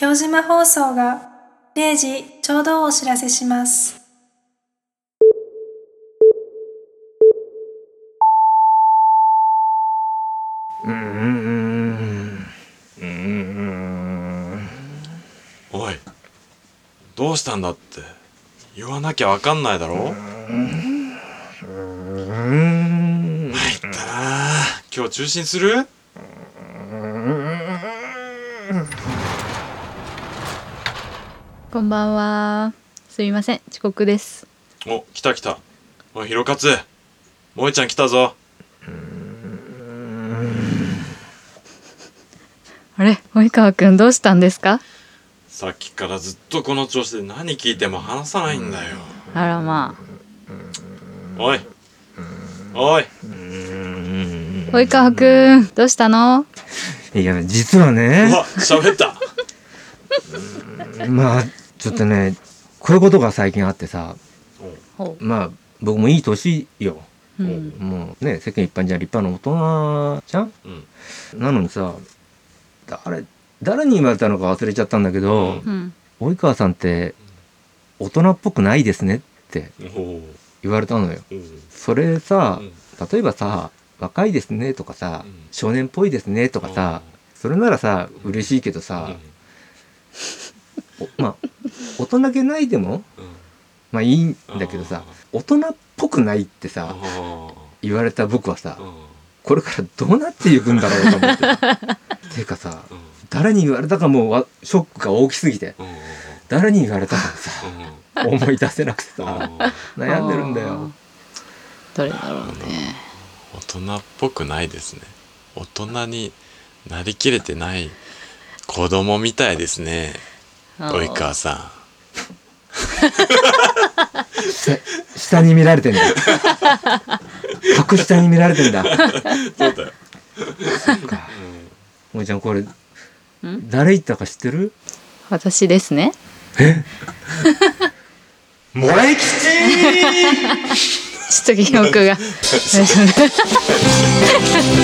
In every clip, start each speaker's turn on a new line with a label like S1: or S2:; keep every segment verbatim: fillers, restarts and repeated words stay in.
S1: 京島放送がれいじちょうどをお知らせします。
S2: うーんうーん
S3: おい、どうしたんだって言わなきゃわかんないだろ。
S2: うーん
S3: 参ったな。今日中心する？
S4: こんばんは。すみません、遅刻です。
S3: お、来た来た。おい、ひろかつ、萌えちゃん来たぞ。
S4: あれ、及川くんどうしたんですか？
S3: さっきからずっとこの調子で何聞いても話さないんだよ。
S4: あらまあ。
S3: おいおい、
S4: 及川くんどうしたの？
S2: いや実は
S3: う
S2: ね
S3: わ、喋った。
S2: まあちょっとねこういうことが最近あってさ、
S4: ほ
S2: まあ僕もいい年よ、
S4: う、うん、
S2: もうね世間一般じゃ立派な大人じゃん、
S3: うん、
S2: なのにさ誰誰に言われたのか忘れちゃったんだけど、
S4: うん
S2: 及川さんって大人っぽくないですねって
S3: おう
S2: 言われたのよ。
S3: おう
S2: それさ、
S3: うん
S2: 例えばさ若いですねとかさ、
S3: うん
S2: 少年っぽいですねとかさ、それならさ嬉しいけどさ、おまあ大人げないでも
S3: うんうん
S2: まあいいんだけどさ、大人っぽくないってさ
S3: あ
S2: 言われた僕はさ、
S3: ーうん
S2: これからどうなっていくんだろうと思ってていうかさ
S3: うん
S2: 誰に言われたかもわショックが大きすぎて
S3: うん
S2: 誰に言われたかさ
S3: うん
S2: 思い出せなくてさ
S3: うん
S2: 悩んでるんだよ。
S4: どれだろうね。
S3: 大人っぽくないですね。大人になりきれてない子供みたいですね。及川さ
S2: 下に見られてんだ格下に見られてんだ。
S3: ん。そうだよ。
S2: そっかもえちゃんこれ
S4: ん
S2: 誰言ったか知ってる？
S4: 私ですね。
S2: え萌え吉
S4: ちょっと記憶が大丈夫。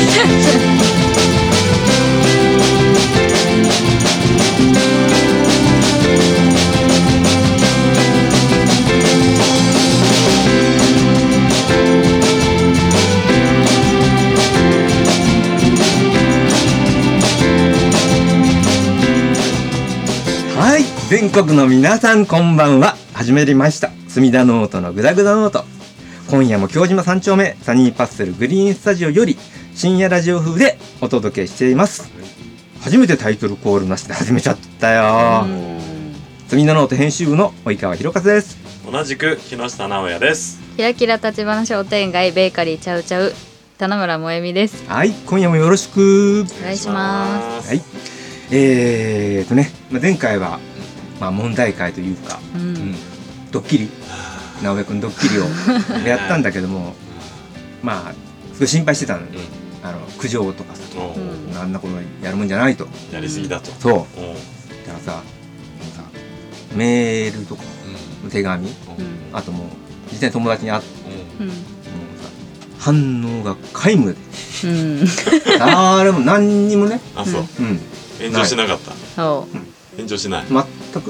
S2: はい全国の皆さんこんばんは。始まりました隅田ノートのグダグダノート。今夜も京島三丁目サニーパッセルグリーンスタジオより深夜ラジオ風でお届けしています。初めてタイトルコールなしで始めちゃったよ。隅田ノート編集部の及川博和です。
S3: 同じく木下直也です。
S4: キラキラ立花商店街ベーカリーチャウチャウ棚村萌実です。
S2: はい今夜もよろしく
S4: お願いしま
S2: はいえーとね前回はまあ問題会というか
S4: す。うん
S3: うん
S2: ドッキリ直江くんドッキリをやったんだけどもまあすごい心配してたのよ、あの苦情とかさ
S3: おう
S4: うん
S2: あんなことやるもんじゃないと。
S3: やりすぎだと。
S2: そう
S3: おう
S2: だからさもうさメールとか手紙
S4: うん
S2: あともう実際に友達に会って
S4: うん
S2: もうさ反応が皆無で
S4: うん
S2: 誰も何にもね
S3: あ、そう。
S2: うん
S3: 炎上しなかった。
S4: そ
S3: 炎上しない。
S2: 全く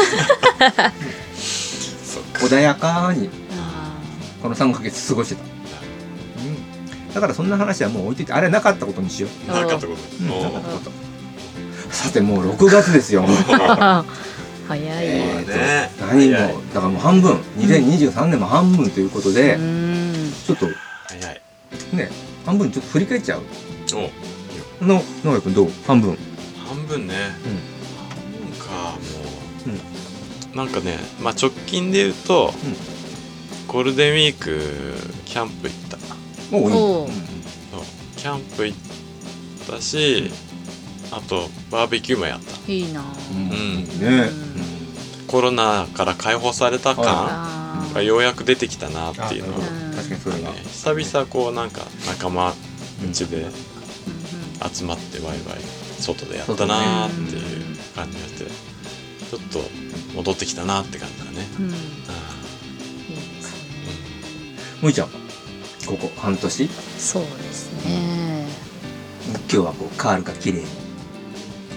S3: そっか。
S2: 穏やかに
S4: う。あ
S2: このさんかげつ過ごしてた、うん、だからそんな話はもう置いといてあれなかったことにしよう、
S3: なかったこと。
S2: うん、
S3: おう
S2: なかったことさてもうろくがつですよ
S4: ー早い。
S2: えーと
S3: ね
S2: 何も
S3: 早い
S2: だからもう半分にせんにじゅうさんねんも半分ということで、
S4: うん
S2: ちょっと
S3: 早い。
S2: ね半分ちょっと振り返っちゃう
S3: おう
S2: の直江くんどう半分
S3: 半分ね。半分か、もう。なんかね、まあ直近で言うと、ゴールデンウィークキャンプ行った。
S2: もういい、
S4: おう
S3: そうキャンプ行ったし、あとバーベキューもやった。
S4: いいな。
S2: うん
S3: ん
S2: ね
S3: コロナから解放された感
S4: あ
S3: がようやく出てきたなっていうのは、
S2: あなるほど確かにそれが、
S3: ね、久々こうなんか仲間うちで
S4: うん
S3: 集まってワイワイ外でやったなーっていう感じがして、ちょっと戻ってきたなって感じだね。
S4: うんうん。いい
S3: う
S4: ですね。
S2: もいちゃんはここ半年
S4: そうですね。
S2: 今日はこうカールが綺麗に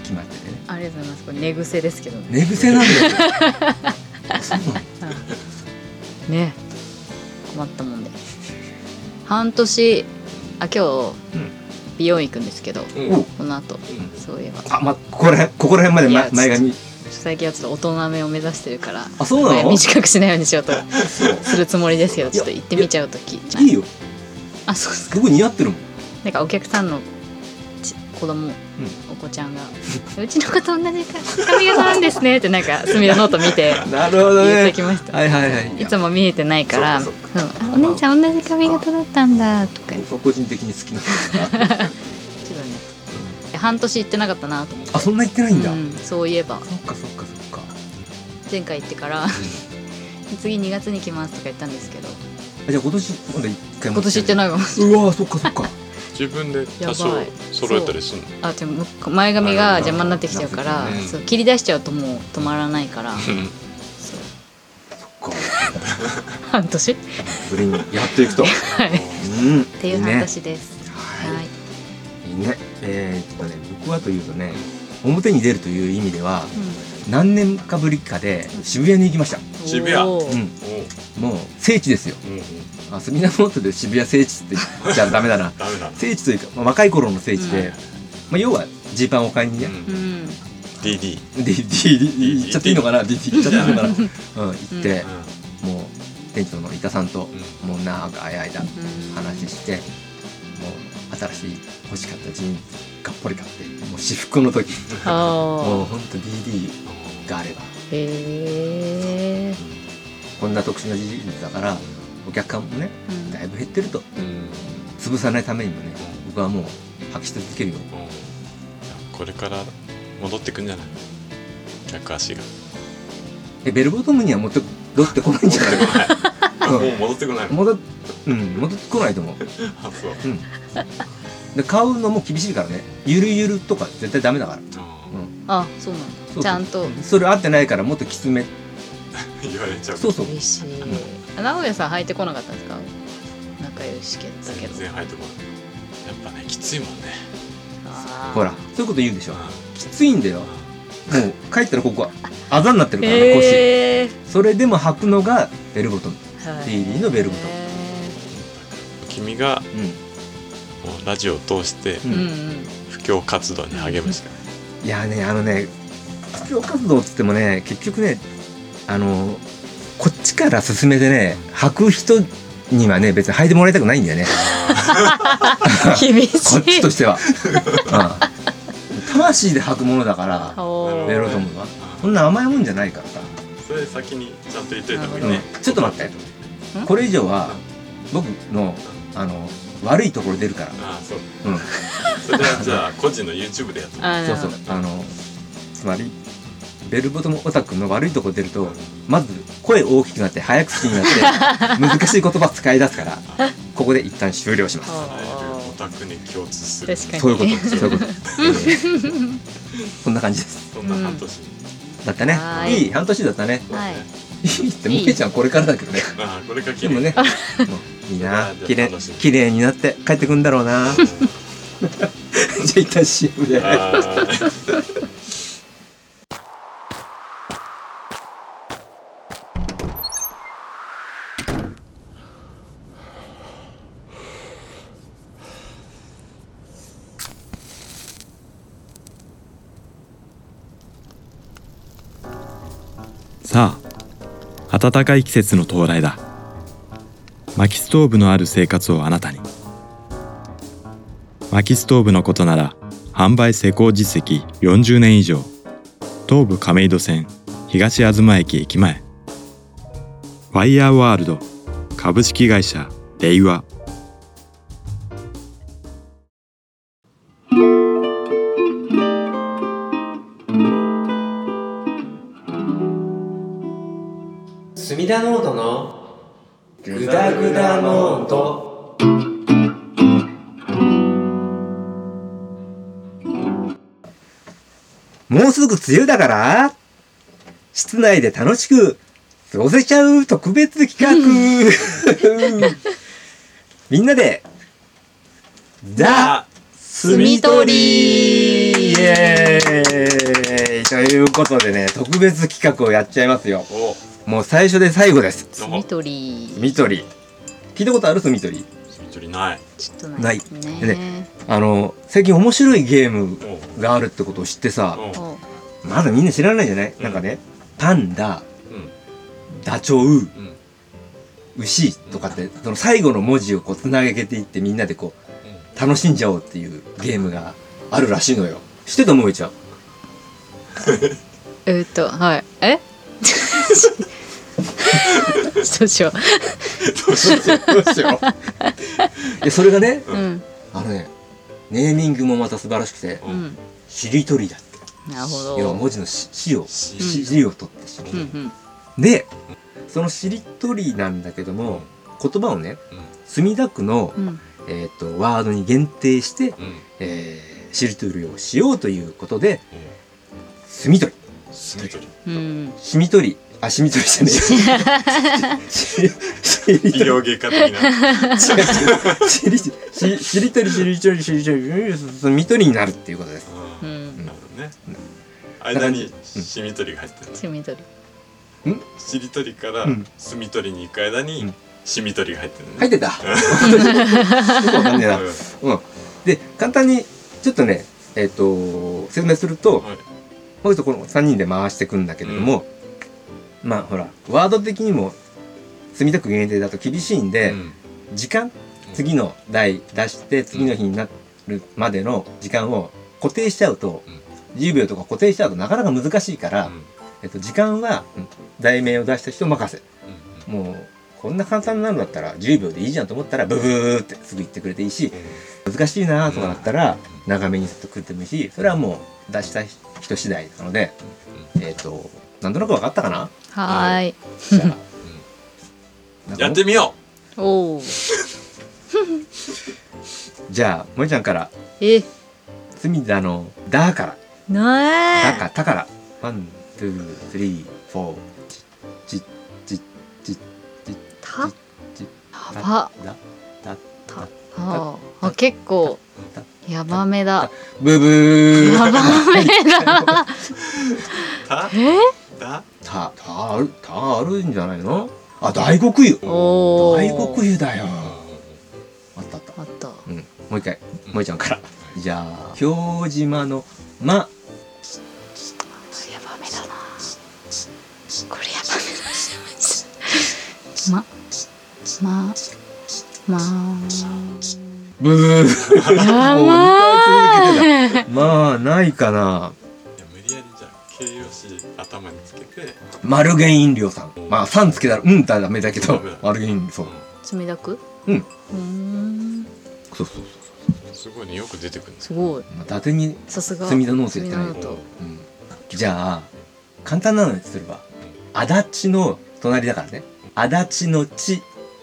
S2: 決まっててね。
S4: ありがとうございます。これ寝癖ですけどね。
S2: 寝癖なんだよそうなの
S4: ね、困ったもんで。半年、あ、今日、
S2: うん
S4: 美容院行くんですけど、
S3: うん
S4: この後、
S3: ん
S4: そういえば。
S2: あ、ま、ここら辺ここら辺まで、ま、
S4: いや
S2: 前髪。
S4: 最近はちょっと大人めを目指してるから、
S2: あ、そうなの？
S4: 前短くしないようにしようとするつもりですけど、ちょっと行ってみちゃうとき。
S2: いいよ。
S4: あ、そうですか。
S2: すごい似合ってるもん。
S4: なんかお客さんのち子供、お子ちゃんがうちの子と同じ髪型なんですねってなんか隅田ノート見て
S2: なるほど
S4: 言って
S2: ね。
S4: きました。
S2: はいはいはい。
S4: いつも見えてないから、
S3: そ
S4: そう、あお姉ちゃん同じ髪型だったんだとか言って、
S2: 個人的に好きな。
S4: ちょっとね、半年行ってなかったなと思って。
S2: あ、そんな言ってないんだ。
S4: うん、そういえば
S2: そっかそっかそっか。
S4: 前回行ってから次にがつに来ますとか言ったんですけど、
S2: あ、じゃあ今年まだ一回も。
S4: 今年行ってないかもしれ
S2: うわー、そっかそっか。
S3: 自分で多少
S4: やばい
S3: 揃えたりするの。
S4: ない。あ、でも前髪が邪魔になってきちゃうから
S3: なるほどね、
S4: そう切り出しちゃうともう止まらないから、そう
S2: そっか。
S4: 半年
S2: それにやっていくと。
S4: はい
S2: うん。
S4: っていう半年です。
S2: は。
S4: はいい。
S2: いいね。えーっとね、僕はというとね、表に出るという意味では
S4: う
S2: 何年かぶりかで渋谷に行きました。
S4: ん
S3: 渋谷
S4: おー
S2: うん。
S3: おう
S2: もう聖地ですよ。
S3: うんうん
S2: あ、墨田ノートで渋谷聖地って言っちゃダメだな。
S3: ダメだ。
S2: 聖地というか、まあ、若い頃の聖地で、
S4: うん
S2: まあ、要はジーパンを買いにね、
S3: うん
S4: うん
S3: ディーディー。
S2: で ディーディー 言っちゃっていいのかな、ディーディー 言っちゃっていいのかな、うん、行って、もう店長の板さんと
S3: うん
S2: もう長い間
S4: うん
S2: 話して、もう新しい欲しかったジーンズがっぽり買って、もう私服の時
S4: あ
S2: もう
S4: ー
S2: ほんと ディーディー があれば
S4: へえ、
S2: こんな特殊なジーンズだからお客さんもね
S4: うん
S2: だいぶ減ってると、
S3: うん
S2: 潰さないためにもね僕はもう履き続けるよ。
S3: これから戻ってくんじゃない客足が。
S2: えベルボトムには持って戻ってこないんじゃない
S3: あもう戻ってこないの。
S2: 戻っうん戻ってこないと思う。
S3: あそう。
S2: うんで買うのも厳しいからね、ゆるゆるとか絶対ダメだから。
S3: あ
S4: あ、そうなんだ。
S2: そうそう
S4: ちゃんと
S2: それ合ってないからもっときつめ。
S3: ー言われちゃう。
S2: そうそう
S4: 嬉しい。あ、直哉さん履いてこなかったんですか？仲良しけだけど。
S3: 全然入ってこない。やっぱねきついもんね。
S4: あー
S2: ほらそういうこと言うでしょ。
S3: う
S2: きついんだよ。もう帰ったらここはあざになってるからね、
S4: へー
S2: 腰。それでも履くのがベルボトム。
S4: はい
S2: ディーディー のベルボトム。
S4: へ
S3: ん君が
S2: う
S3: もうラジオを通して
S2: ん。
S4: ーうん
S2: うん。
S4: うん。
S3: 布教活動に励むしかない。
S2: いやねあのね布教活動っつってもね結局ねあのこっちから進めてね履く人にはね別に履いてもらいたくないんだよね。
S4: 厳しい。
S2: こっちとしては。うん、魂で履くものだから
S4: おー
S2: ベルボトムはそんな甘いもんじゃないからさ。
S3: それ先にちゃんと言っといた方がいい
S2: うん
S3: ね。
S2: ちょっと待って
S4: ん
S2: これ以上は僕のあの悪いところ出るから。
S3: ああそう。
S2: うん、
S3: それはじゃあ個人の YouTube でやってもらう。
S4: あー
S2: そうそうあのつまりベルボトムオタクの悪いところ出るとまず声大きくなって早口になって難しい言葉使い出すからここで一旦終了します。
S3: あらゆるオタクに共通する。
S4: 確かに
S2: そういうことそういうこと、えーそんな感じです。
S3: そんな半年。
S2: だったね。
S4: はーい
S2: いい半年だったね。
S4: はい。
S2: いいってもけちゃんこれからだけどね。
S3: ああこれが綺麗。
S2: でもねもういいな
S3: じゃあ
S2: 綺麗
S3: 楽しみ
S2: 綺麗になって帰ってくんだろうな。じゃあ一旦 シーエム で。
S3: あー
S5: さあ暖かい季節の到来だ。薪ストーブのある生活をあなたに。薪ストーブのことなら販売施工実績よんじゅうねん以上、東武亀戸線東東駅駅前、ファイヤーワールド株式会社レイワ。
S2: 墨田ノートのグダグダノート。もうすぐ梅雨だから室内で楽しく過ごせちゃう特別企画みんなでザ・
S4: み取り
S2: イエーイということでね、特別企画をやっちゃいますよ。
S3: お
S2: もう最初で最後です。
S4: すみ取り
S2: すみ取り聞いたことある？すみ取り。
S3: すみ取りない。
S4: ちょっとないですね。
S2: でね、あの最近面白いゲームがあるってことを知ってさ、
S3: お
S4: お
S2: まだみんな知らないんじゃない？
S3: うん
S2: なんかね、パンダ、
S3: うん
S2: ダチョウ、
S3: うん
S2: 牛とかってその最後の文字をこうつなげていってみんなでこう楽しんじゃおうっていうゲームがあるらしいのよ。知ってた？もえちゃん。
S4: えーっとはいえどうしよ
S2: どうしようどうしよう。でそれがね、
S4: ううん
S2: あのね、ネーミングもまた素晴らしくて、
S4: うん
S2: しりとりだって。
S4: なるほど
S2: 要は文字のししを
S3: し
S2: ししを取ってし
S4: うんうん
S2: で、そのしりとりなんだけども、言葉をね、
S3: うん
S2: 墨田区の、
S4: うん
S2: えー、とワードに限定して、
S3: うん
S2: えー、しりとりをしようということで、墨取り、
S3: すみ取り。
S4: うん
S2: しみ取り、あ、しみ取りじゃねえ。ししりとり、
S3: 医療外科的な。
S2: しりししりとり、しりとり、しりとり、墨取りになるっていうことです。
S3: う
S4: うんん
S3: なるほどね。間にしみ取りが入ってる。
S4: しみ取り
S3: しりとりから
S2: うん
S3: すみ取りに行く間に
S2: うん
S3: しみ取りが入ってるね。
S2: 入ってた。よくわかんねえな。
S3: うん
S2: うん。で、簡単に、ちょっとね、えっ、と、説明すると、
S3: はい
S2: もう一度このさんにんで回していくんだけれども、まあほら、ワード的にも、墨田区限定だと厳しいんで、
S3: うん
S2: 時間、次の題出して次の日になるまでの時間を固定しちゃうと、
S3: うん
S2: じゅうびょうとか固定しちゃうとなかなか難しいから、
S3: うん
S2: えっと、時間はうん題名を出した人任せ。
S3: うん
S2: もうこんな簡単なのだったらじゅうびょうでいいじゃんと思ったらブブーってすぐ言ってくれていいし、難しいなとかだったら長めにすってくれてもいいし、それはもう出した人次第なので、えっとなんとなく分かったかな？
S4: はーい
S2: じゃあなんか
S3: やってみよ
S4: おお
S2: じゃあ萌ちゃんから
S4: え
S2: 隅田の「だ」から「
S4: な
S2: だ」か「た」からワン、ツー、スリー、フォー、チッチッチッチッ
S4: た
S2: チッ
S4: やば
S2: だだ
S4: たああ結構やばめだ
S2: ブブー
S4: やばめだ
S3: う。た
S4: え
S3: だ
S2: たたあるたあるんじゃないの？あ、大黒湯。
S4: おお
S2: 大黒湯だよ。あったあった。
S4: あった
S2: うん。もう一回萌ちゃんから。じゃあ京島のま。
S4: やばめだなこれやばめだままま
S2: ブー。
S4: や
S2: もう
S4: ば
S2: 二回続けて
S4: い
S2: た。まあないかな。
S3: いや無理やりじゃあ形容詞頭につけて
S2: マルゲン飲料さん。まあさんつけたらうんだダメだけど
S3: ダメだ
S2: マルゲン飲料そう。
S4: 墨田区
S2: うん。
S4: うーん
S2: そうそう
S3: すごいねよく出てくるんです
S4: すごい
S2: そう。まあ伊達に
S4: さすが
S2: 墨田ノートやってない
S4: 墨田ノート
S2: うん。じゃあ簡単なのにすれば足立の隣だからね。足立の地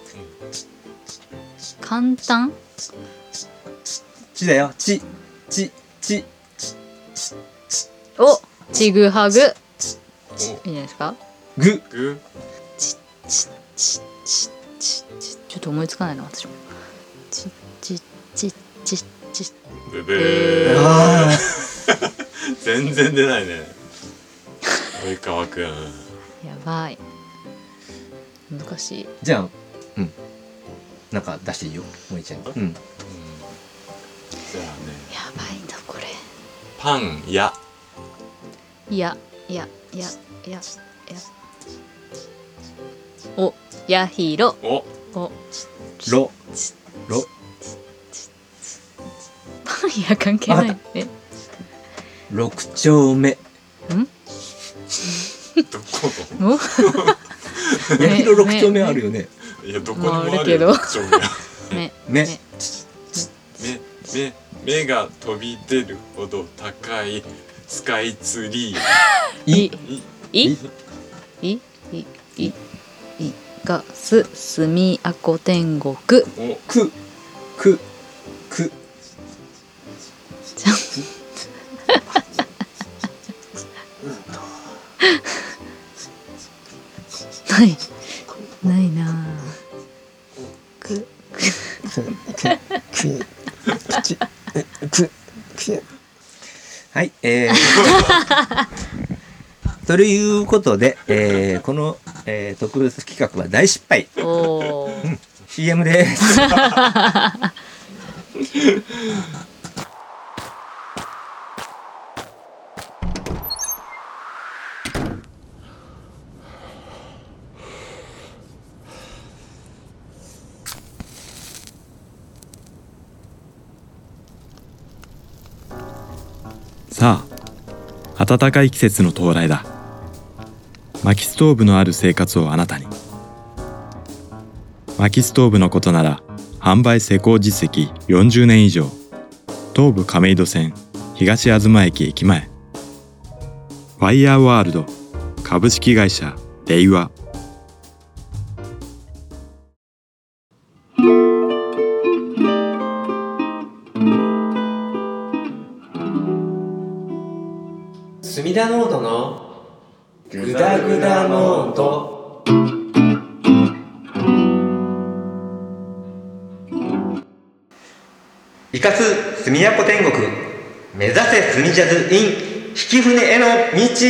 S4: 簡単
S2: 地だよ。地地地。
S4: おちぐはぐいいんじ
S3: お
S4: ゃないですか
S2: ぐ
S3: ぐ
S4: ちちちちちちちょっと思いつかないな私もちちちちち
S3: ブブー
S2: あ
S3: 全然出ないね及川くん
S4: やばい難しい
S2: ーじゃあうんなんか出していいよもえちゃんに。うん。
S3: じゃあね
S4: やばいんだこれ
S3: パンや
S4: いやいやいやいやいやおやひろ
S3: お
S4: お
S2: ろろ
S4: パン屋関係ないえ
S2: 六丁目。
S3: どこ
S4: お
S2: 八広六丁目あるよね。
S3: のいやどこにもあ
S4: まああ
S3: る
S4: るけど
S3: よちょ
S4: め
S2: 目。
S3: 目目目が飛び出るほど高いスカイツリー
S2: い
S4: いいいいいいがすすみあこ天国
S3: お
S2: くくく。
S4: ないないなあくく
S2: くくくちくえー、ということで、えー、この、えー、特別企画は大失敗。
S4: おー、
S2: うん、シーエム です。
S5: さあ、暖かい季節の到来だ。薪ストーブのある生活をあなたに。薪ストーブのことなら販売施工実績よんじゅうねん以上、東武亀戸線東東駅駅前、ファイヤーワールド株式会社レイワ。
S2: 墨田ノートのグダグダノート。いかつ墨やこ天国、目指せ墨ジャズ in 引き船への道。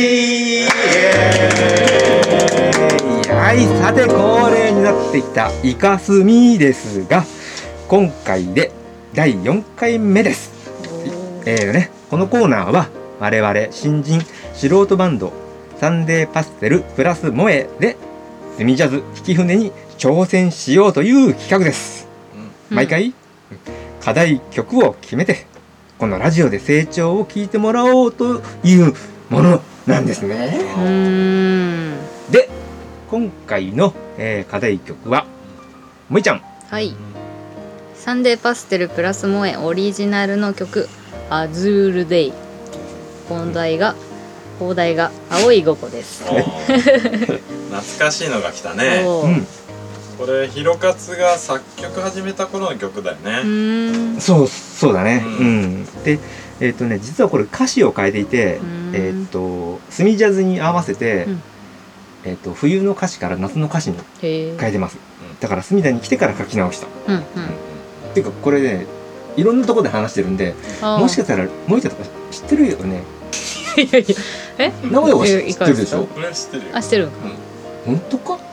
S2: はい、さて恒例になってきたイカスミですが、今回でだいよんかいめです。えーね、このコーナーは我々新人素人バンドサンデーパステルプラス萌えで墨ジャズ引き船に挑戦しようという企画です。うん、毎回、うん、課題曲を決めてこのラジオで成長を聞いてもらおうというものなんですね。うーんで今回の、えー、課題曲はもいちゃん。
S4: はい、サンデーパステルプラス萌えオリジナルの曲アズールデイ。本題が放題が青い午後です。
S3: 懐かしいのが来たね。
S2: うん、
S3: これヒロカツが作曲始めた頃の曲だよね。う
S2: ーん、そうそうだね。うん、うん、でえっ、ー、とね実はこれ歌詞を変えていて、えっ、ー、とスミジャズに合わせて、うん、えっ、ー、と冬の歌詞から夏の歌詞に変えてます。だから墨田に来てから書き直した。うんうん、っていうかこれねいろんなところで話してるんで、もしかしたらもう一つとか知ってるよね。いやいやえ名古屋は知ってるでしょ。
S3: これ知ってるよ。
S4: あ、知ってる。
S2: うん、本当か？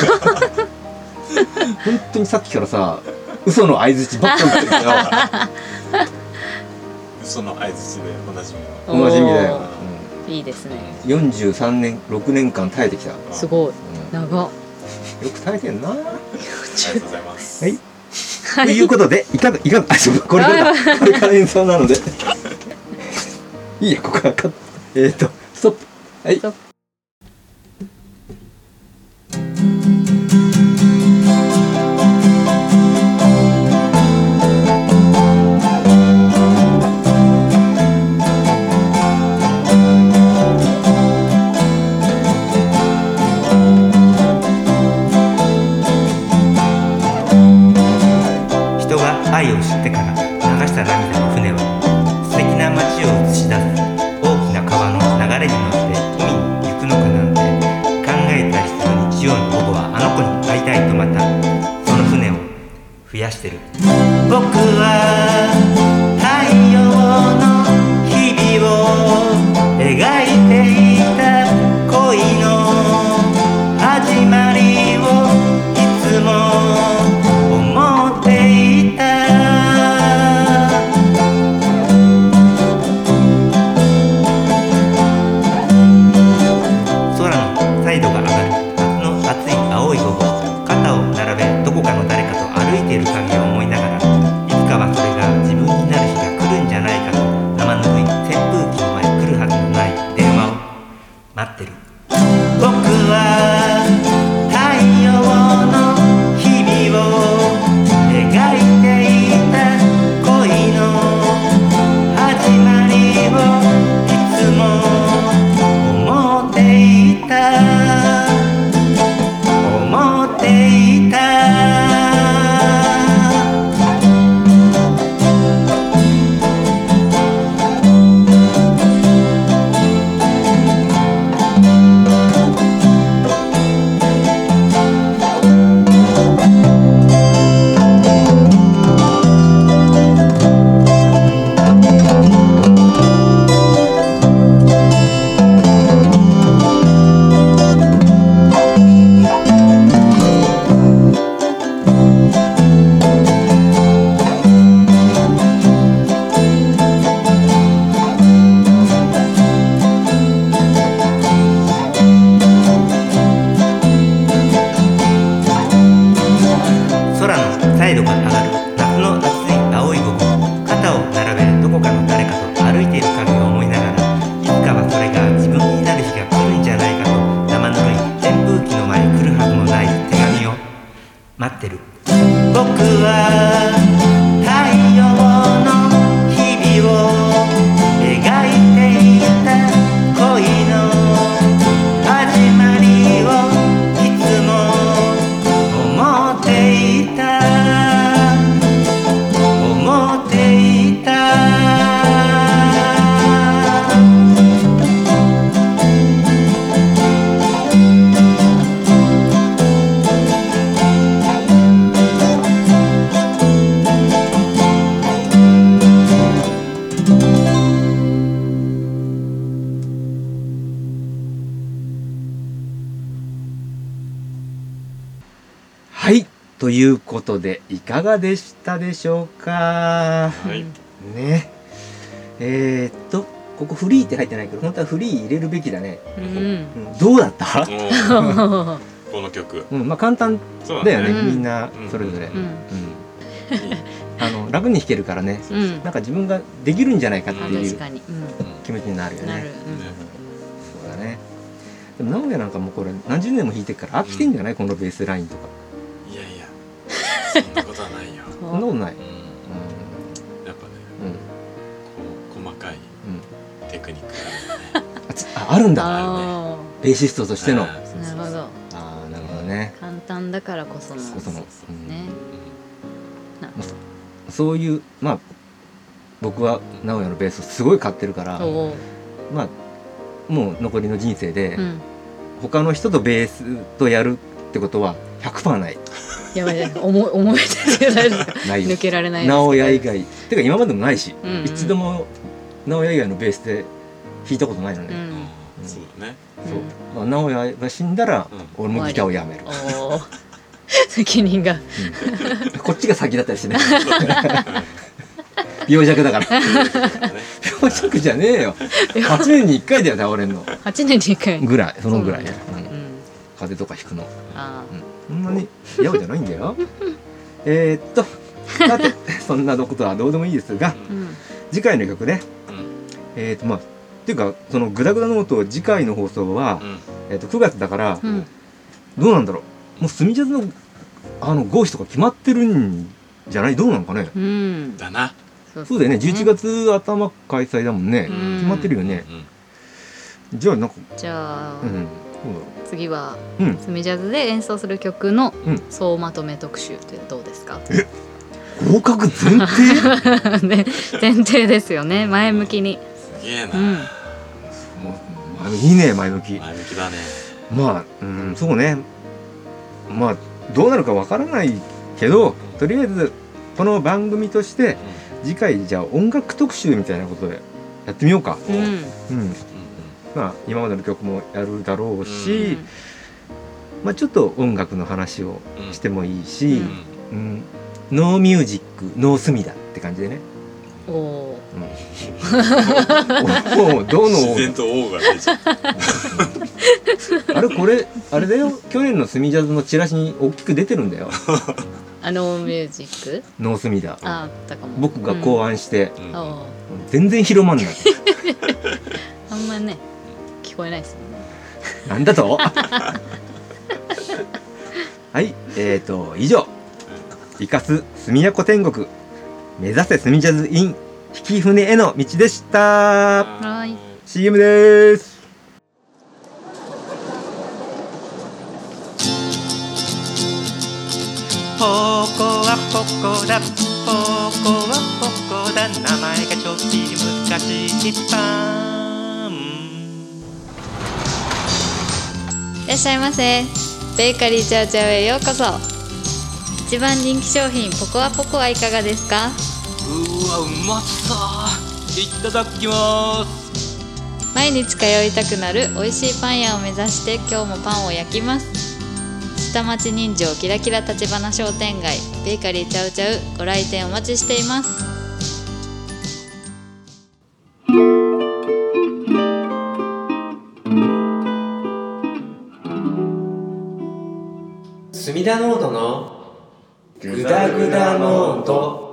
S2: 本当にさっきからさ嘘の相槌ばっかり言ってるけど
S3: 嘘の相槌でおなじみ
S2: のおなじみだよ。
S4: うん、いいですね。
S2: よんじゅうさんねんろくねんかん耐えてきた。
S4: すごい、うん、長っ。よ
S2: く耐えてんな。ありがとう
S3: ございます。
S2: はい。ということでいかがいかがあそうこれからこれから演奏なのでいいやここはカット。えっとストップ。はい。ストップ。
S6: 人が愛を知ってから流した涙の船は素敵な街を映し出す大きな川の流れに乗って海に行くのかなんて考えたりする日曜の午後はあの子に会いたいとまたその船を増やしてる。僕は太陽の日々を描いていた恋の始まりをいつも思っていた。空の彩度が上がる夏の暑い青い午後、肩を並べどこかの誰かと歩いている影を思いながらいつかはかはそれが自分になる日が来るんじゃないかと生ぬるい扇風機の前に来るはずもない手紙を待ってる。僕は太陽の日々を描いていた恋の始まりをいつも思っていた思っていた。
S2: はい、ということでいかがでしたでしょうか。
S3: はい
S2: ね、えー、っとここフリーって入ってないけど本当はフリー入れるべきだね。
S4: うん
S2: うんどうだった？
S3: おーこの曲
S2: うん、まあ簡単
S3: そう
S2: だよね、
S4: うん
S2: みんなそれぞれ、
S3: う
S4: うん
S2: うん
S3: いい
S2: あの楽に弾けるからね、
S4: うん
S2: なんか自分ができるんじゃないかって
S4: あ
S2: いう
S4: 確かに、う
S2: 気持ちになるよ
S4: ん、なる、
S2: ね。
S4: うん
S2: そうだね。でも直哉なんかもうこれ何十年も弾いてるから飽きてんじゃない、このベースラインとか。
S3: いやいやそんなことはないよ、
S2: そんなことない。
S3: うん、
S2: う
S3: やっぱね
S2: んうん
S3: こう細かい
S2: うん。
S3: テクニックがあるね
S2: あつああるんだ。
S4: あ
S2: ベーシストとしての。
S3: あ
S2: あ
S3: ー
S4: あ、なるほど。
S2: あーなるほどね。
S4: 簡単だからこその。
S2: こそのうん
S4: ね。なるほ
S2: そういうまあ僕は直哉のベースをすごい買ってるから、
S4: ど。おー
S2: まあもう残りの人生で、
S4: うん。
S2: 他の人とベースとやるってことは ひゃくパーセント ない
S4: やばいやばい、思い思い出てないですか。
S2: ないよ
S4: 抜けられないです。
S2: 直哉以外てか今までもないし、
S4: うんうん
S2: 一度も直哉以外のベースで弾いたことないのね、
S4: うん。
S3: うんそうだね
S2: そう
S4: うん
S2: まあ、直哉が死んだら、
S3: うん
S2: 俺もギターをやめる、
S4: おお。責任が。
S2: うんこっちが先だったりしてね病弱だから病弱じゃねえよはちねんにいっかいだよ倒れんの
S4: 八年に一回。
S2: ぐらいそのぐらい、
S4: そうなんだ
S2: うん
S4: うん。
S2: 風邪とかひくの、
S4: あ
S2: うん、そんなにやわじゃないんだよえーっとさてそんなことはどうでもいいですが
S4: あ。うん。
S2: 次回の曲ね
S3: うん
S2: えーっとまあっていうかそのグダグダノート次回の放送は、
S3: うん
S2: えーっとくがつだから、
S4: うん。
S2: どうなんだろうもうスミジャズのあの合否とか決まってるんじゃないどうなのかね、
S4: うん。
S3: だな
S4: そ
S2: そうだよねじゅういちがつ頭開催だもんね、
S4: うん
S2: 決まってるよね
S3: うん
S2: じゃあなんか
S4: じゃあ、
S2: うん
S4: 次は
S2: そうだろう
S4: スミジャズで演奏する曲の
S2: うん
S4: 総まとめ特集ってどうですか？
S2: うん合格前提
S4: ね、前提ですよね。前向きに。
S3: すげえな、
S4: うん。
S2: もういいね前向き
S3: 前向きだね
S2: まあうんそうねまあどうなるかわからないけどとりあえずこの番組として次回じゃあ音楽特集みたいなことでやってみようか、
S4: うん。
S2: うん、
S3: うん
S2: まあ今までの曲もやるだろう
S3: う
S2: し、まあちょっと音楽の話を
S3: うん
S2: してもいいし、
S3: うん
S2: うんノーミュージックノースミダって感じでね、
S4: おお
S2: うん、もうどの
S3: 自然と王が出ちゃう
S2: あれこれあれだよ去年のスミジャズのチラシに大きく出てるんだよ
S4: ー。あのミュージック？
S2: ノースミダ
S4: ああったかも。
S2: 僕が考案して、
S3: うん
S4: うん。おー
S2: 全然広まんない
S4: あんまね聞こえないですもんね。
S2: なんだとはいえーと以上生かすすみやこ天国目指せスミジャズ in 引き船への道でした
S4: はい。
S2: シーエム です
S6: ポコはポコだポコはポコだ名前がちょっぴり難しいパン
S4: いらっしゃいませ。ベーカリーチャウチャウへようこそ。一番人気商品ポコアポコはいかがですか？
S6: うわうまそういただきます
S4: 毎日通いたくなる美味しいパン屋を目指して今日もパンを焼きます。下町人情キラキラ立花商店街ベーカリーチャウチャウご来店お待ちしています。
S7: 隅田ノートのグダグダノート。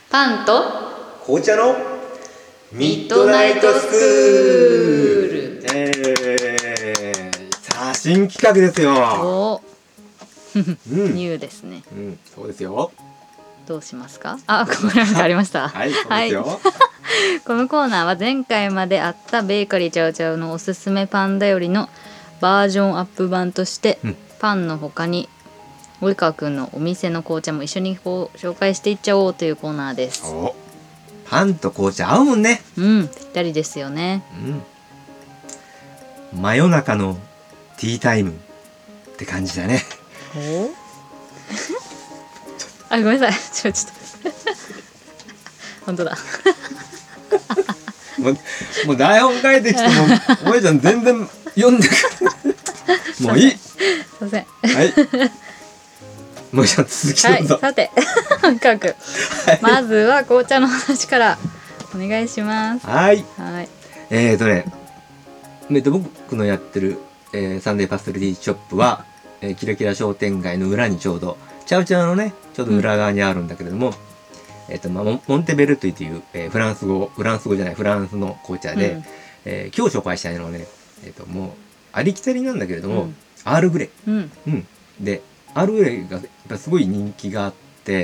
S4: パンと
S2: 紅茶の
S4: ミッドナイトスクール。
S2: えー、さあ新企画ですよ。
S4: お
S2: うん、
S4: ニューですね。
S2: うん、そうですよ。
S4: どうしますか？あ、これなんかありました。
S2: はい、そうですよ。
S4: このコーナーは前回まであったベーカリーチャウチャウのおすすめパンだよりのバージョンアップ版として、
S2: うん、
S4: パンの他に及川くんのお店の紅茶も一緒にこう紹介していっちゃおうというコーナーです。
S2: お、パンと紅茶合うもんね。
S4: うん、ぴったりですよね。
S2: うん、真夜中のティータイムって感じだね。
S4: おあ、ごめんなさい、ちょちょっと本当だ
S2: もう、もう台本書いてきても萌えちゃん全然読んでくるもういい。
S4: すいません。
S2: はい萌えちゃん続きど
S4: はい、
S2: うぞ。
S4: さて及川くん、まずは紅茶の話からお願いします。
S2: はい、
S4: はい。
S2: えーとねえっと僕のやってる、えーサンデーパストリーショップは、えーキラキラ商店街の裏にちょうどチャウチャウのねちょうど裏側にあるんだけれども、うん、えっとまあ、モンテベルトイという、えー、フランス語フランス語じゃないフランスの紅茶で、うん、えー、今日紹介したいのはね、えっともうありきたりなんだけれども、うん、アールグレイ、
S4: うん
S2: うん、でアールグレイがやっぱすごい人気があって、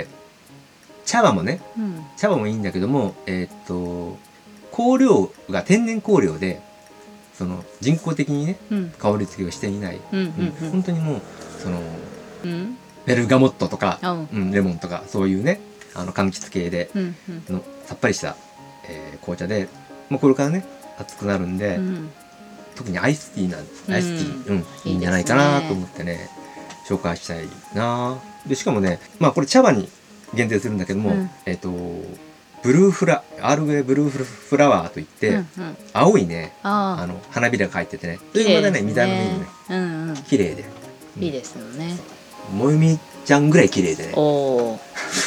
S2: 茶葉もね、うん、茶葉もいいんだけども、えっと香料が天然香料でその人工的にね、うん、香り付けをしていない、うんうんうん、本当にもうその、うん、ベルガモットとか、うん、レモンとかそういうねあの柑橘系で、うんうん、のさっぱりした、えー、紅茶でもうこれからね暑くなるんで、うん、特にアイスティーなんアイスティー、うんうん、いいんじゃないかなと思ってね紹介したいな。でしかもねまあこれ茶葉に限定するんだけども、うん、えっとブルーフラアールグレイブルーフラワーといって、うんうん、青いねああの花びらが入っててねそれまでね見た目もいいよね、うんうん、綺麗で、
S4: うん、いいですよね。
S2: もゆみちゃんぐらい綺麗でねお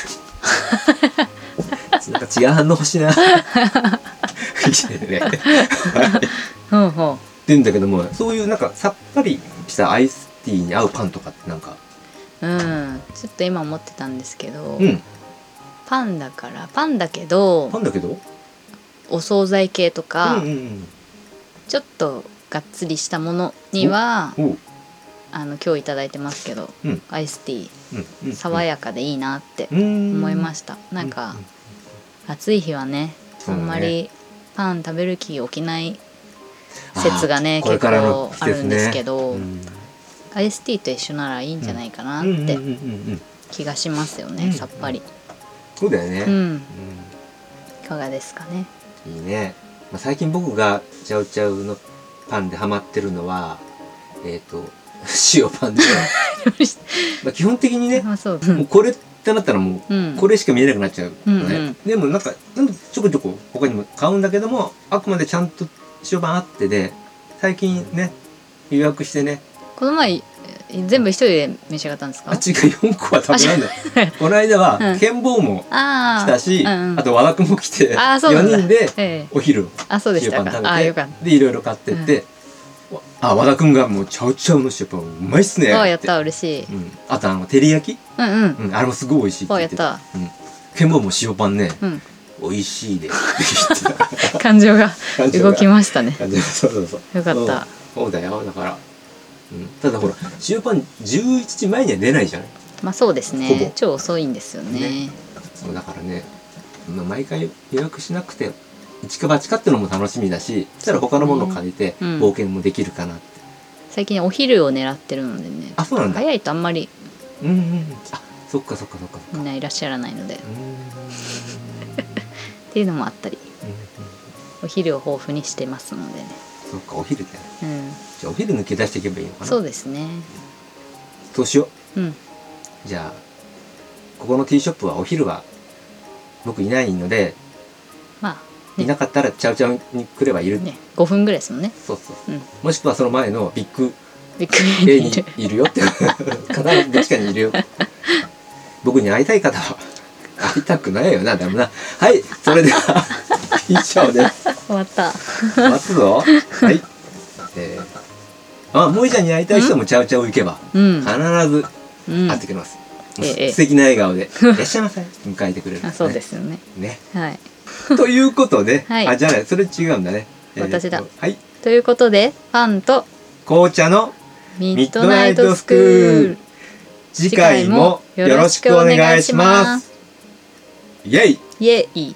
S2: なんか違う反応欲しいな綺麗でね
S4: ほうほうって
S2: 言うんだけどもそういうなんかさっぱりしたアイスティーに合うパンとかってなんか
S4: うんちょっと今思ってたんですけど、
S2: うん、
S4: パンだからパンだけど
S2: パンだけど
S4: お惣菜系とか、
S2: うんうんうん、
S4: ちょっとがっつりしたものにはあの今日いただいてますけど、うん、アイスティー、うんうん、爽やかでいいなって思いました。んなんか、うんうん、暑い日はねあんまりパン食べる気起きない説がね結構あるんですけど、うん、アイスティーと一緒ならいいんじゃないかなって気がしますよね、うん、さっぱり。
S2: そうだよね、うんうん、
S4: いかがですかね。
S2: いいね、まあ、最近僕がチャウチャウのパンでハマってるのはえっと塩パンでまあ基本的にね、まあそう、もうこれってなったらもうこれしか見えなくなっちゃうのね、うんうん、でもなんかちょこちょこ他にも買うんだけどもあくまでちゃんと塩パンあってで最近ね予約してね
S4: この前全部一人で召し上がったんですか？
S2: あ違うよんこは食べないんだよこの間は剣坊も来たし、うん、あ, あと和田くんも来てよにんでお昼塩パン食べて、ええ、でいろいろ買ってって、うん、あ和田くんがもうチャウチャウの塩パンうまいっすねって。
S4: あやった嬉しい、
S2: うん、あとあの照り焼き、うんうんうん、あれもすごい美味しいって言ってた。
S4: やった、
S2: うん、剣坊も塩パンね、うん、美味しいで
S4: 感情が動きましたね。
S2: そうそうそう
S4: よかった。
S2: そうだよだから、うん、ただほら塩パンじゅういちじまえには出ないじゃない。
S4: まあそうですね超遅いんですよね。ね
S2: そうだからね、まあ、毎回予約しなくて一か八かってのも楽しみだしそしたら他のものを借りて冒険もできるかなって、うん、最近
S4: お昼を狙ってるのでね。
S2: あそうなんだ。
S4: 早いとあんまり
S2: うんうんあそっかそっかそっか
S4: みんないらっしゃらないのでっていうのもあったり、うんうん、お昼を豊富にしてますのでね。
S2: そっかお昼だね、
S4: うん、
S2: じゃあお昼抜け出していけばいいのかな。
S4: そうですね
S2: そうしよ
S4: う、うん、
S2: じゃあここのティーショップはお昼は僕いないので
S4: まあ、
S2: ね、いなかったらチャウチャウに来ればいる、
S4: ね、ごふんぐらいですもんね。
S2: そうそう、
S4: うん、
S2: もしくはその前のビッグ
S4: ビッグ
S2: A にいるよって必ずどっちかにいるよ僕に会いたい方は会いたくないよなでもな。はいそれでは以上です
S4: 終わった
S2: 終わったぞはい、えー、あ萌ちゃんに会いたい人もチャウチャウ行けば、うん、必ず会ってきます、
S4: ええ
S2: 素敵な笑顔でいらっしゃいませ迎えてくれるんですね。
S4: あ、そうですよね。
S2: ね。
S4: はい。
S2: ということで、
S4: はい
S2: あ、じゃあね、それ違うんだね。
S4: 私だ
S2: えーとはい。
S4: ということで、パンと
S2: 紅茶の
S4: ミッドナイトスクール。
S2: 次回もよろしくお願いします。イェイ。
S4: イエイ。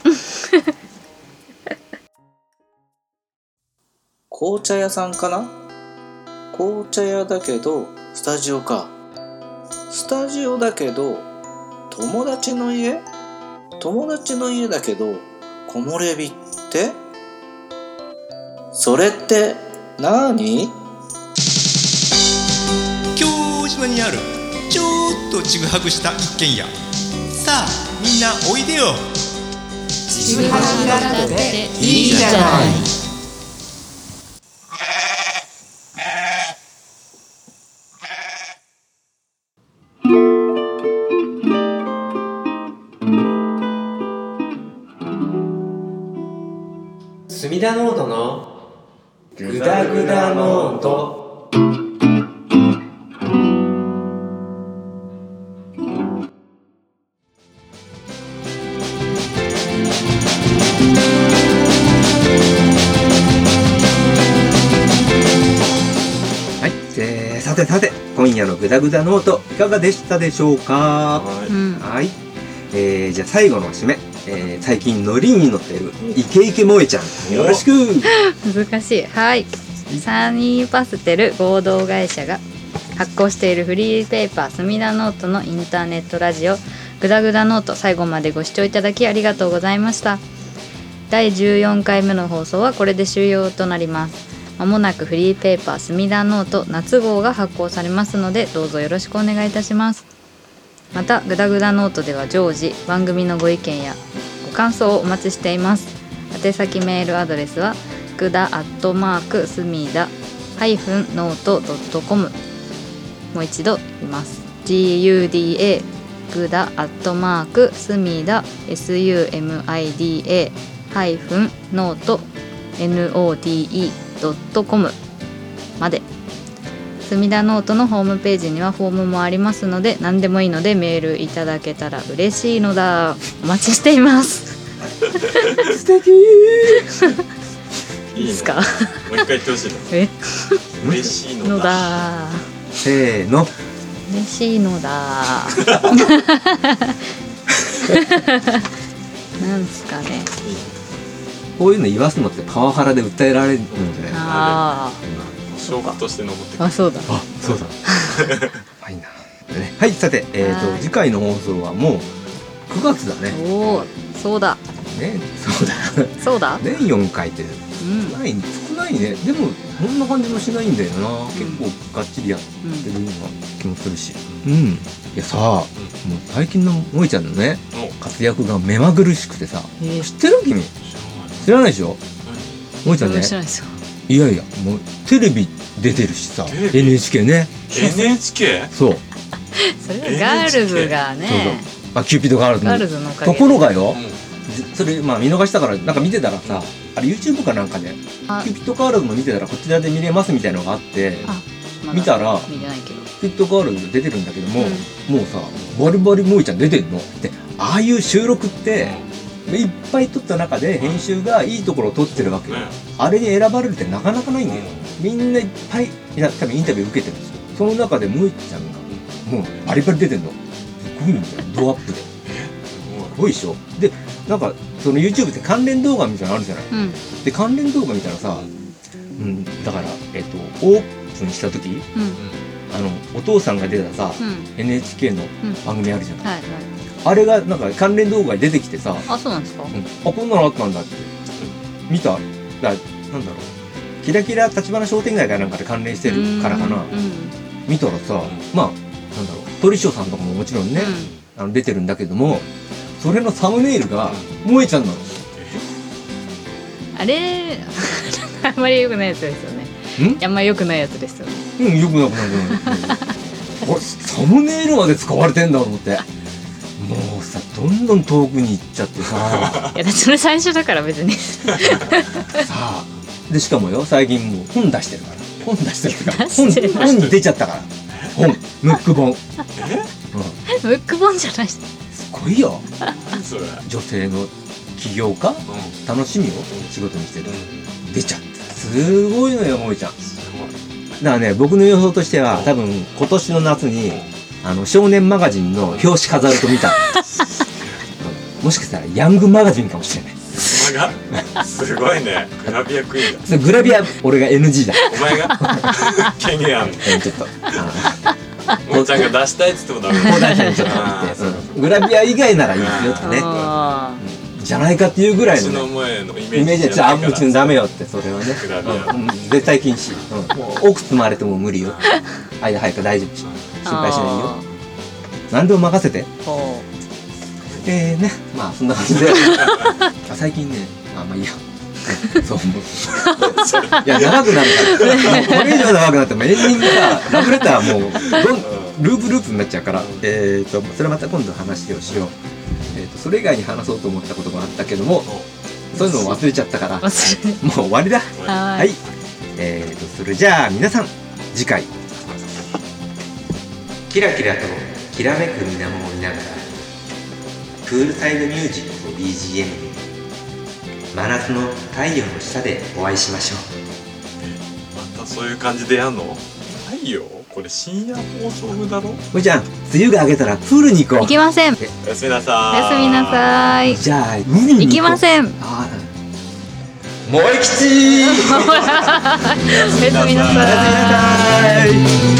S8: 紅茶屋さんかな？紅茶屋だけどスタジオか。スタジオだけど友達の家？友達の家だけど木漏れ日って？それってなーに？
S9: 京島にあるちょっとちぐはぐした一軒家。さあみんなおいでよ。
S7: ちぐはぐだっていいじゃない。
S10: 隅田ノートのグダグダノート。
S2: はい、えー、さてさて今夜のグダグダノートいかがでしたでしょうか。はい、えー、じゃあ最後の締め、えー、最近ノリに乗っているイケイケ萌えちゃん、よろしく。
S4: 難しい。はい。サニーパステル合同会社が発行しているフリーペーパー隅田ノートのインターネットラジオグダグダノート、最後までご視聴いただきありがとうございました。だいじゅうよんかいめの放送はこれで終了となります。まもなくフリーペーパー隅田ノート夏号が発行されますので、どうぞよろしくお願いいたします。またグダグダノートでは常時番組のご意見やご感想をお待ちしています。宛先メールアドレスはグダアットマークスミダハイフンノートドットコム。もう一度言います。 ジーユーディーエー グダアットマークスミダ エスユーエムアイディーエー ハイフンノート ノートドットコム まで。隅田ノートのホームページにはフォームもありますので、何でもいいのでメールいただけたら嬉しいのだ。お待ちしています
S2: 素敵
S3: いい
S4: ですか。
S3: もう一回言ってほしいの。
S4: え
S3: 嬉しいのだ。
S4: のだ
S2: せーの、
S4: 嬉しいのだなんですかね。
S2: こういうの言わすのってパワハラで訴えられるんじゃないかな。
S4: あ
S3: 証拠として残ってくる。
S4: あ、そうだ。
S2: あ、そうだはいな、ね、はい、さて、えーと
S4: はい
S2: 次回の放送はもうくがつだね。
S4: おお、そうだ
S2: ね、そうだ
S4: そうだ。
S2: 年よんかいって
S4: うん
S2: 少ない少ないね。でもそんな感じもしないんだよな、結構がっちりやってるような気もするし、うん、いやさ、もう最近の萌ちゃんのね活躍が目まぐるしくてさ、
S4: えー
S2: 知ってる君？知らないでしょ萌ちゃんね。
S4: 知らないですよ。
S2: いやいや、もうテレビ出てるしさ、
S3: テレビ
S2: エヌエイチケー ね。
S3: エヌエイチケー？
S2: そう
S4: それはガールズがね、
S2: そうそう、あ、キューピッドガールズの
S4: ガールズのおかげ
S2: と
S4: で
S2: ころがよ、
S3: うん
S2: それまあ見逃したからなんか見てたらさ、あれ YouTube かなんかで
S4: あ
S2: キューピッドガールズの見てたらこちらで見れますみたいなのがあって、
S4: あまだ
S2: 見たら
S4: 見てないけど、
S2: キューピッドガールズ出てるんだけども、
S4: うん
S2: もうさバリバリ萌ちゃん出てんので、ああいう収録っていっぱい撮った中で編集がいいところを撮ってるわけよ、
S3: ね
S2: あれに選ばれるってなかなかないんだよ、みんないっぱいいや多分インタビュー受けてるんですよ。その中で萌ちゃんがもうバリバリ出てんの、すごいんだよ、ドアップで。すごいでしょ。でなんかその YouTube って関連動画みたいなのあるじゃない、
S4: うん
S2: で関連動画見たらさ、うん、だから、えっと、オープンした時、
S4: うん
S2: あのお父さんが出たさ、
S4: うん
S2: エヌエイチケー の
S4: うん
S2: 番組あるじゃない、
S4: はいはい。
S2: あれがなんか関連動画に出てきてさ、
S4: あ、そうなんですか。
S2: うん、あこんなのあったんだって見ただ、なんだろう、キラキラ立花商店街かなんかで関連してるからかな、
S4: うんうん
S2: 見たらさ、まあなんだろう、鳥師匠さんとかももちろんね、あの出てるんだけども、それのサムネイルが萌ちゃんなの。
S4: あれあんまり良くないやつですよね。
S2: ん
S4: あんまり良くないやつですよね。
S2: うん、よくなくなくなくなくこれサムネイルまで使われてんだと思って、もうさどんどん遠くに行っちゃってさ
S4: いやそれ最初だから別に
S2: さあでしかもよ、最近もう本出してるから、本出してるから
S4: 出してる
S2: 本本に出ちゃったから、本ムック本、うん、
S4: ムック本じゃない。
S2: すごいよ。
S3: それ
S2: 女性の起業家、
S3: うん
S2: 楽しみを仕事にしてる、出ちゃったすごいのよもえちゃん。だからね僕の予想としては多分今年の夏にあの少年マガジンの表紙飾ると見たもしかしたらヤングマガジンかもしれない。
S3: がすごいね。グラビアクイーンだ。
S2: それグラビア俺が エヌジー だ。
S3: お前が権限あんの。
S2: ちょっと
S3: もーちゃんが出したいっつってもダメ。
S2: 講談社にちょっと言って、うん、グラビア以外ならいいですよってね、うん、じゃないかっていうぐらいの、ね、
S3: うちの前のイ
S2: イメージじゃあうちのダメよってそれはね、うん、絶対禁止、うん、奥積まれても無理よ。間早く大丈夫、心配しないよ。何でも任せて。えーね、まあそんな感じで最近ね、あまあいいやそう思ういや長くなるからこれ以上長くなってもエンディングがラブレターもうループループになっちゃうから、えーとそれまた今度話をしよう。えーとそれ以外に話そうと思ったことがあったけどもそういうのを忘れちゃったからもう終わりだ。はい、えーとそれじゃあ皆さん次回キラキラときらめく水面を見ながらプールサイドミュージックを ビージーエム に真夏の太陽の下でお会いしましょう。
S3: またそういう感じでやんの？ないよ、これ深夜放送風だろ。
S2: おいちゃん、梅雨が明けたらプールに行こう。
S4: 行きません。
S3: おやすみなさい。
S4: おやすみなさい。
S2: じゃあ海に行こう。
S4: 行きません。
S2: あもういきちーおやすみなさい。
S4: おやすみなさい。